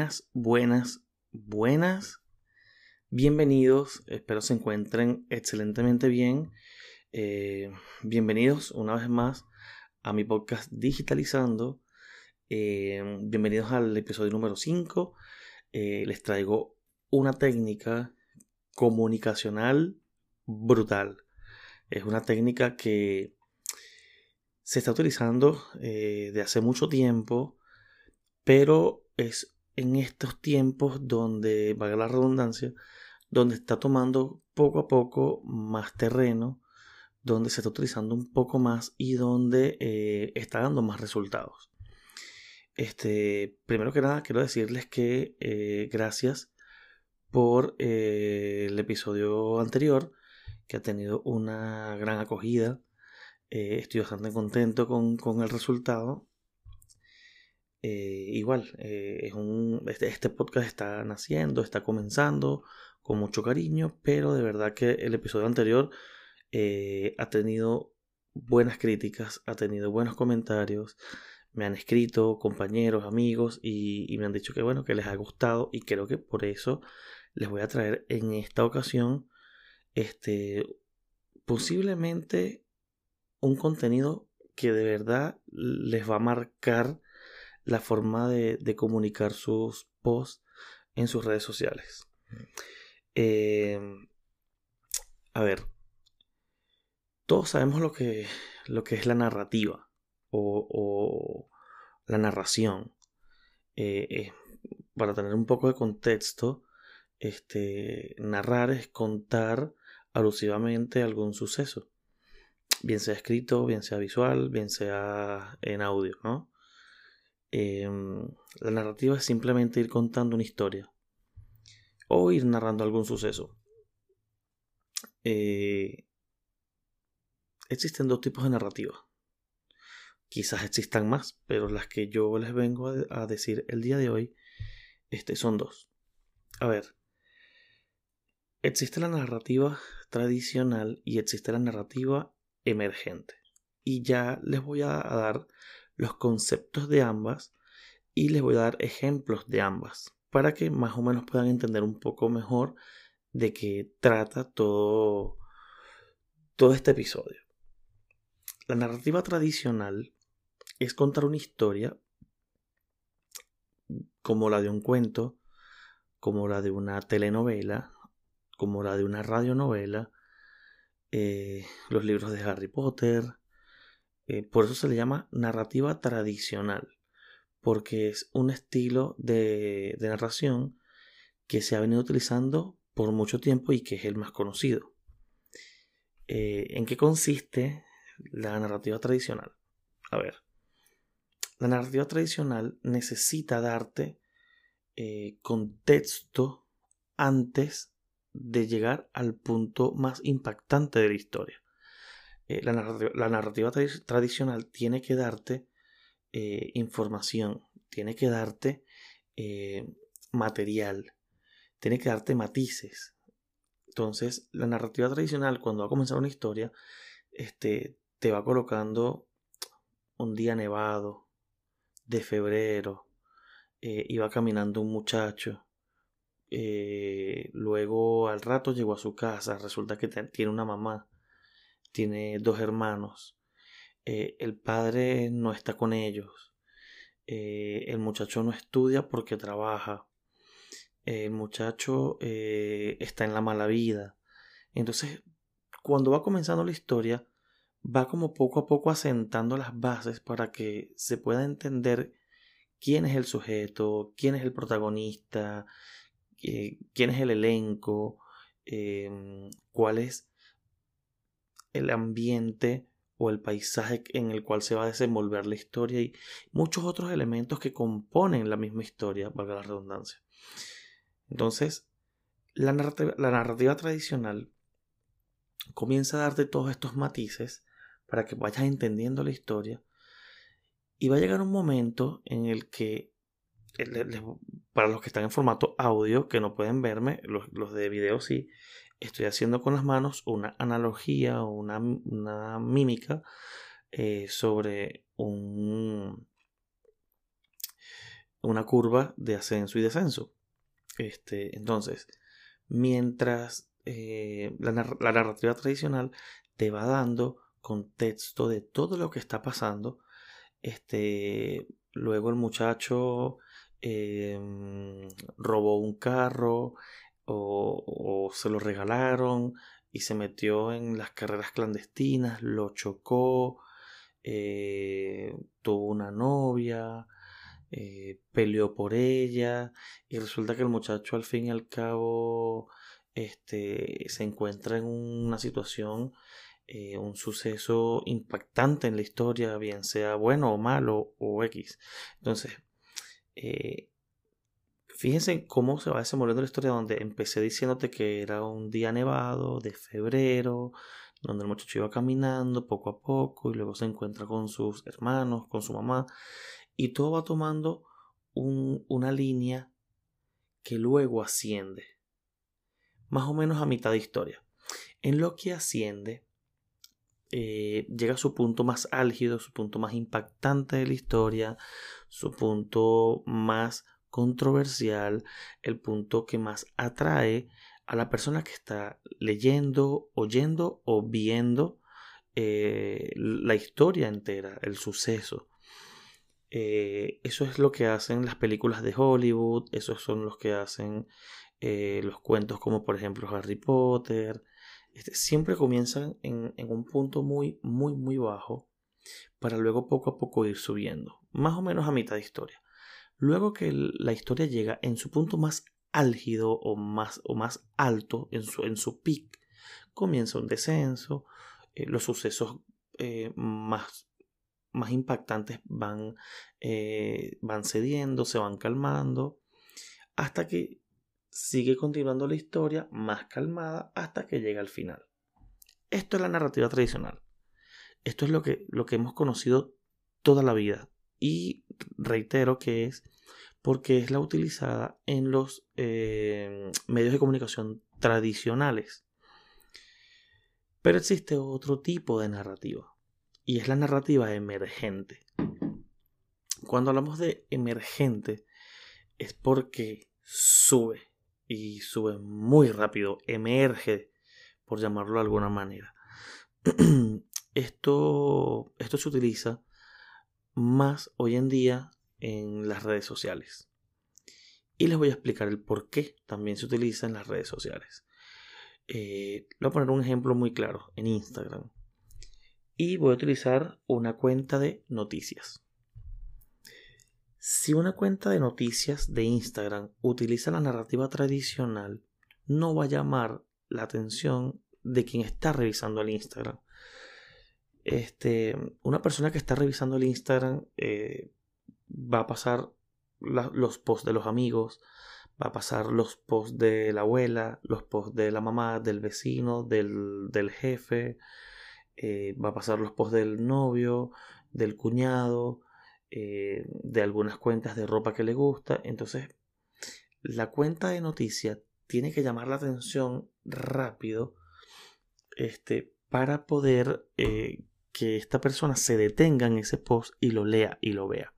Buenas. Bienvenidos, espero se encuentren excelentemente bien. Bienvenidos una vez más a mi podcast Digitalizando. Bienvenidos al episodio número 5. Les traigo una técnica comunicacional brutal. Es una técnica que se está utilizando de hace mucho tiempo, pero es en estos tiempos donde, valga la redundancia, donde está tomando poco a poco más terreno, donde se está utilizando un poco más y donde está dando más resultados. Primero que nada, quiero decirles que gracias por el episodio anterior, que ha tenido una gran acogida. Estoy bastante contento con el resultado. Este podcast está naciendo, está comenzando con mucho cariño, pero de verdad que el episodio anterior ha tenido buenas críticas, ha tenido buenos comentarios. Me han escrito compañeros, amigos y me han dicho que bueno, que les ha gustado, y creo que por eso les voy a traer en esta ocasión posiblemente un contenido que de verdad les va a marcar la forma de comunicar sus posts en sus redes sociales. A ver, todos sabemos lo que es la narrativa o la narración. Para tener un poco de contexto, narrar es contar alusivamente algún suceso, bien sea escrito, bien sea visual, bien sea en audio, ¿no? La narrativa es simplemente ir contando una historia o ir narrando algún suceso. Existen dos tipos de narrativa. Quizás existan más, pero las que yo les vengo a decir el día de hoy son dos. A ver, existe la narrativa tradicional y existe la narrativa emergente. Y ya les voy a dar los conceptos de ambas y les voy a dar ejemplos de ambas para que más o menos puedan entender un poco mejor de qué trata todo este episodio. La narrativa tradicional es contar una historia como la de un cuento, como la de una telenovela, como la de una radionovela, los libros de Harry Potter. Por eso se le llama narrativa tradicional, porque es un estilo de narración que se ha venido utilizando por mucho tiempo y que es el más conocido. ¿En qué consiste la narrativa tradicional? A ver, la narrativa tradicional necesita darte contexto antes de llegar al punto más impactante de la historia. La narrativa tradicional tiene que darte información, tiene que darte material, tiene que darte matices. Entonces, la narrativa tradicional, cuando va a comenzar una historia, te va colocando un día nevado de febrero, iba caminando un muchacho, luego al rato llegó a su casa, resulta que tiene una mamá, tiene 2 hermanos, el padre no está con ellos, el muchacho no estudia porque trabaja, el muchacho está en la mala vida. Entonces, cuando va comenzando la historia, va como poco a poco asentando las bases para que se pueda entender quién es el sujeto, quién es el protagonista, quién es el elenco, cuál es el ambiente o el paisaje en el cual se va a desenvolver la historia y muchos otros elementos que componen la misma historia, valga la redundancia. Entonces, la narrativa tradicional comienza a darte todos estos matices para que vayas entendiendo la historia, y va a llegar un momento en el que para los que están en formato audio, que no pueden verme, los de video sí, estoy haciendo con las manos una analogía o una mímica sobre una curva de ascenso y descenso. Entonces, mientras la narrativa tradicional te va dando contexto de todo lo que está pasando, luego el muchacho robó un carro o se lo regalaron y se metió en las carreras clandestinas, lo chocó, tuvo una novia, peleó por ella y resulta que el muchacho al fin y al cabo se encuentra en una situación, un suceso impactante en la historia, bien sea bueno o malo o X. Entonces, eh, fíjense cómo se va desenvolviendo la historia, donde empecé diciéndote que era un día nevado de febrero, donde el muchacho iba caminando poco a poco y luego se encuentra con sus hermanos, con su mamá, y todo va tomando una línea que luego asciende, más o menos a mitad de historia. En lo que asciende, llega a su punto más álgido, su punto más impactante de la historia, su punto más controversial, el punto que más atrae a la persona que está leyendo, oyendo o viendo la historia entera, el suceso. Eso es lo que hacen las películas de Hollywood, esos son los que hacen los cuentos como por ejemplo Harry Potter. Siempre comienzan en un punto muy, muy, muy bajo para luego poco a poco ir subiendo, más o menos a mitad de historia. Luego que la historia llega en su punto más álgido o más alto, en su peak, comienza un descenso, los sucesos más impactantes van cediendo, se van calmando, hasta que sigue continuando la historia más calmada hasta que llega al final. Esto es la narrativa tradicional. Esto es lo que hemos conocido toda la vida. Y reitero que es porque es la utilizada en los medios de comunicación tradicionales. Pero existe otro tipo de narrativa. Y es la narrativa emergente. Cuando hablamos de emergente es porque sube. Y sube muy rápido. Emerge, por llamarlo de alguna manera. Esto se utiliza más hoy en día en las redes sociales. Y les voy a explicar el por qué también se utiliza en las redes sociales. Voy a poner un ejemplo muy claro en Instagram. Y voy a utilizar una cuenta de noticias. Si una cuenta de noticias de Instagram utiliza la narrativa tradicional, no va a llamar la atención de quien está revisando el Instagram. Una persona que está revisando el Instagram va a pasar los posts de los amigos, va a pasar los posts de la abuela, los posts de la mamá, del vecino, del jefe, va a pasar los posts del novio, del cuñado, de algunas cuentas de ropa que le gusta. Entonces, la cuenta de noticias tiene que llamar la atención rápido, para poder que esta persona se detenga en ese post y lo lea y lo vea.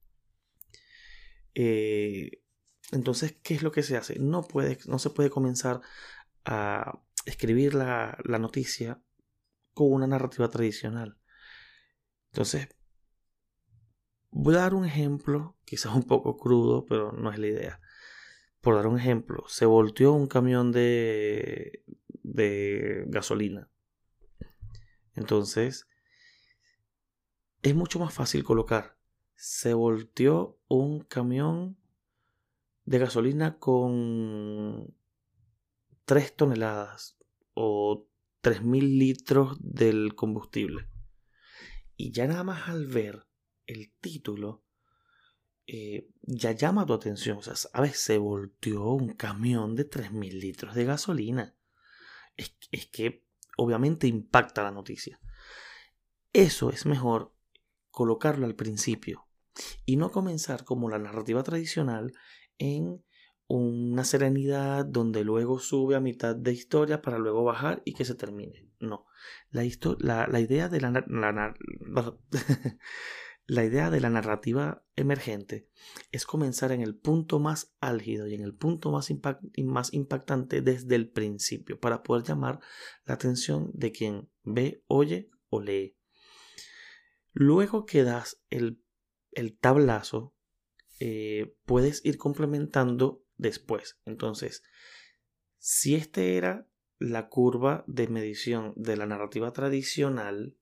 Entonces, ¿qué es lo que se hace? No se puede comenzar a escribir la noticia con una narrativa tradicional. Entonces, voy a dar un ejemplo, quizás un poco crudo, pero no es la idea. Por dar un ejemplo, se volteó un camión de gasolina. Entonces, es mucho más fácil colocar: se volteó un camión de gasolina con 3 toneladas o 3.000 litros del combustible. Y ya nada más al ver el título, ya llama tu atención. O sea, ¿sabes? Se volteó un camión de 3.000 litros de gasolina. Es que obviamente impacta la noticia. Eso es mejor colocarlo al principio y no comenzar como la narrativa tradicional en una serenidad donde luego sube a mitad de historia para luego bajar y que se termine. No, la idea de La idea de la narrativa emergente es comenzar en el punto más álgido y en el punto más impactante desde el principio para poder llamar la atención de quien ve, oye o lee. Luego que das el tablazo, puedes ir complementando después. Entonces, si este era la curva de medición de la narrativa tradicional,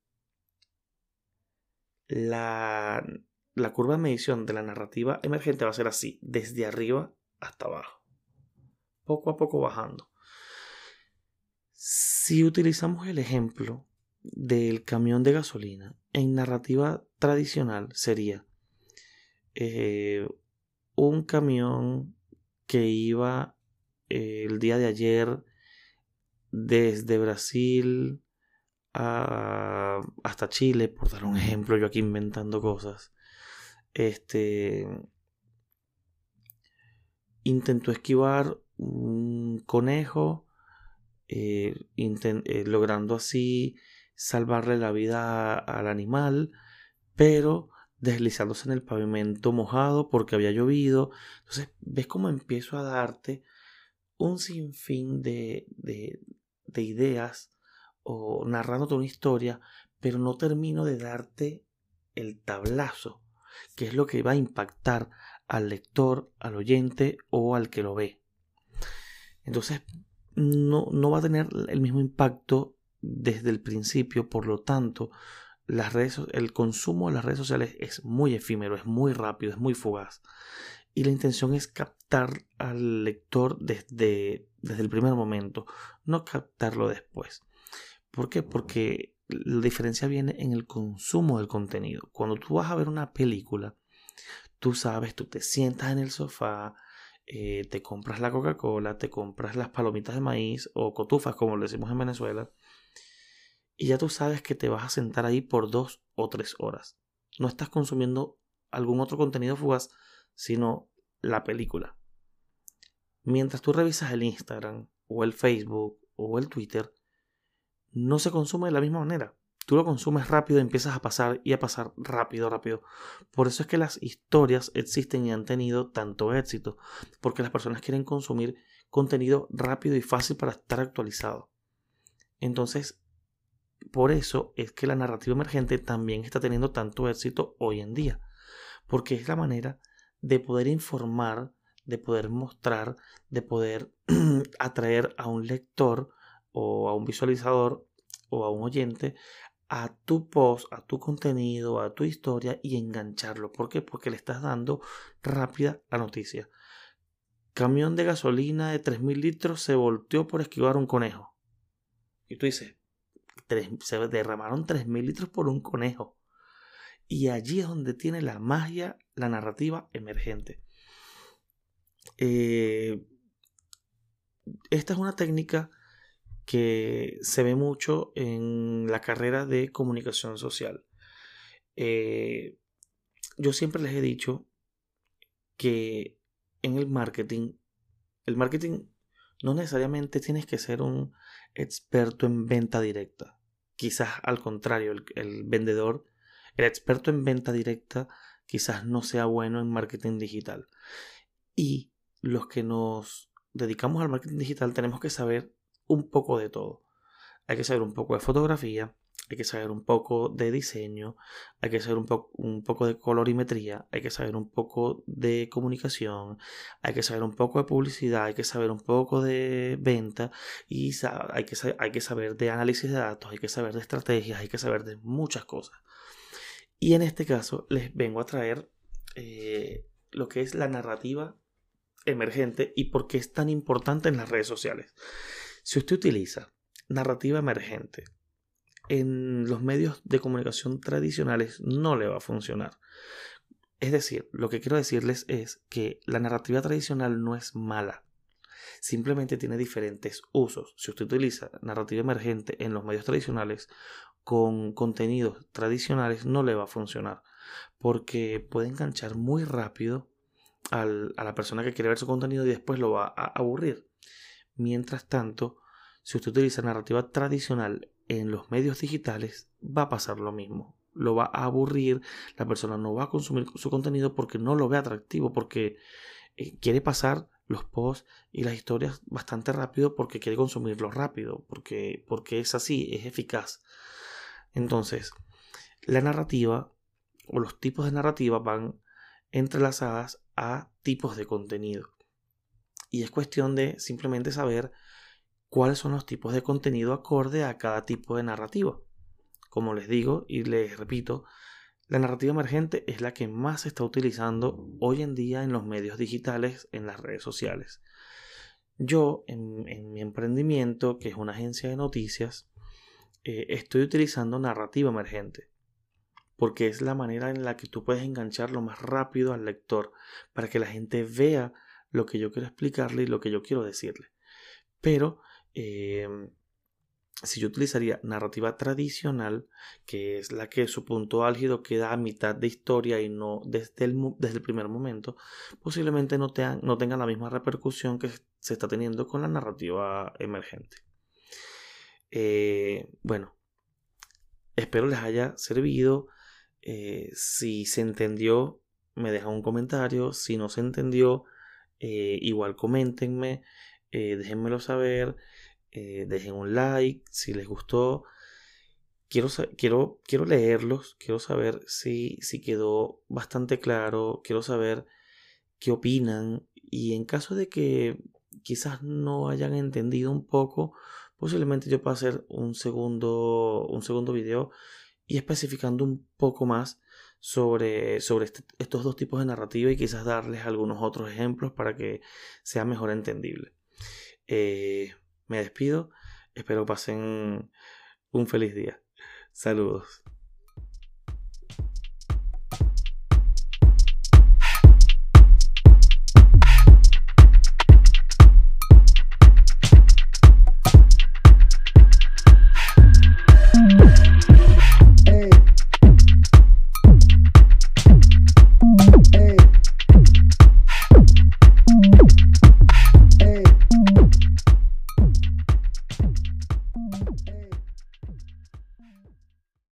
la curva de medición de la narrativa emergente va a ser así, desde arriba hasta abajo, poco a poco bajando. Si utilizamos el ejemplo del camión de gasolina, en narrativa tradicional sería un camión que iba el día de ayer desde Brasil hasta Chile, por dar un ejemplo, yo aquí inventando cosas. Intentó esquivar un conejo, logrando así salvarle la vida al animal, pero deslizándose en el pavimento mojado porque había llovido. Entonces, ¿ves cómo empiezo a darte un sinfín de ideas o narrándote una historia, pero no termino de darte el tablazo, que es lo que va a impactar al lector, al oyente o al que lo ve? Entonces, no va a tener el mismo impacto desde el principio, por lo tanto, el consumo de las redes sociales es muy efímero, es muy rápido, es muy fugaz. Y la intención es captar al lector desde el primer momento, no captarlo después. ¿Por qué? Porque la diferencia viene en el consumo del contenido. Cuando tú vas a ver una película, tú sabes, tú te sientas en el sofá, te compras la Coca-Cola, te compras las palomitas de maíz o cotufas, como le decimos en Venezuela, y ya tú sabes que te vas a sentar ahí por 2 o 3 horas. No estás consumiendo algún otro contenido fugaz, sino la película. Mientras tú revisas el Instagram o el Facebook o el Twitter, no se consume de la misma manera. Tú lo consumes rápido, empiezas a pasar y a pasar rápido. Por eso es que las historias existen y han tenido tanto éxito, porque las personas quieren consumir contenido rápido y fácil para estar actualizado. Entonces, por eso es que la narrativa emergente también está teniendo tanto éxito hoy en día, porque es la manera de poder informar, de poder mostrar, de poder atraer a un lector o a un visualizador o a un oyente a tu post, a tu contenido, a tu historia y engancharlo. ¿Por qué? Porque le estás dando rápida la noticia. Camión de gasolina de 3.000 litros se volteó por esquivar un conejo. Y tú dices, se derramaron 3.000 litros por un conejo. Y allí es donde tiene la magia, la narrativa emergente. Esta es una técnica que se ve mucho en la carrera de comunicación social. Yo siempre les he dicho que en el marketing no necesariamente tienes que ser un experto en venta directa. Quizás al contrario, el experto en venta directa quizás no sea bueno en marketing digital. Y los que nos dedicamos al marketing digital tenemos que saber un poco de todo. Hay que saber un poco de fotografía, hay que saber un poco de diseño, hay que saber un poco de colorimetría, hay que saber un poco de comunicación, hay que saber un poco de publicidad, hay que saber un poco de venta y hay que saber de análisis de datos, hay que saber de estrategias, hay que saber de muchas cosas. Y en este caso les vengo a traer lo que es la narrativa emergente y por qué es tan importante en las redes sociales. Si usted utiliza narrativa emergente en los medios de comunicación tradicionales, no le va a funcionar. Es decir, lo que quiero decirles es que la narrativa tradicional no es mala, simplemente tiene diferentes usos. Si usted utiliza narrativa emergente en los medios tradicionales con contenidos tradicionales, no le va a funcionar, porque puede enganchar muy rápido a la persona que quiere ver su contenido y después lo va a aburrir. Mientras tanto, si usted utiliza narrativa tradicional en los medios digitales, va a pasar lo mismo. lo va a aburrir, la persona no va a consumir su contenido porque no lo ve atractivo, porque quiere pasar los posts y las historias bastante rápido porque quiere consumirlo rápido, porque es así, es eficaz. Entonces, la narrativa o los tipos de narrativa van entrelazadas a tipos de contenido. Y es cuestión de simplemente saber cuáles son los tipos de contenido acorde a cada tipo de narrativa. Como les digo y les repito, la narrativa emergente es la que más se está utilizando hoy en día en los medios digitales, en las redes sociales. Yo, en mi emprendimiento, que es una agencia de noticias, estoy utilizando narrativa emergente, porque es la manera en la que tú puedes engancharlo más rápido al lector, para que la gente vea lo que yo quiero explicarle y lo que yo quiero decirle. Pero si yo utilizaría narrativa tradicional, que es la que su punto álgido queda a mitad de historia y no desde el primer momento, posiblemente no tenga la misma repercusión que se está teniendo con la narrativa emergente. Bueno, espero les haya servido. Si se entendió, me dejan un comentario. Si no se entendió, igual coméntenme, déjenmelo saber. Dejen un like si les gustó. Quiero leerlos, quiero saber si quedó bastante claro, quiero saber qué opinan, y en caso de que quizás no hayan entendido un poco, posiblemente yo pueda hacer un segundo video y especificando un poco más sobre estos dos tipos de narrativa, y quizás darles algunos otros ejemplos para que sea mejor entendible. Me despido, espero pasen un feliz día. Saludos.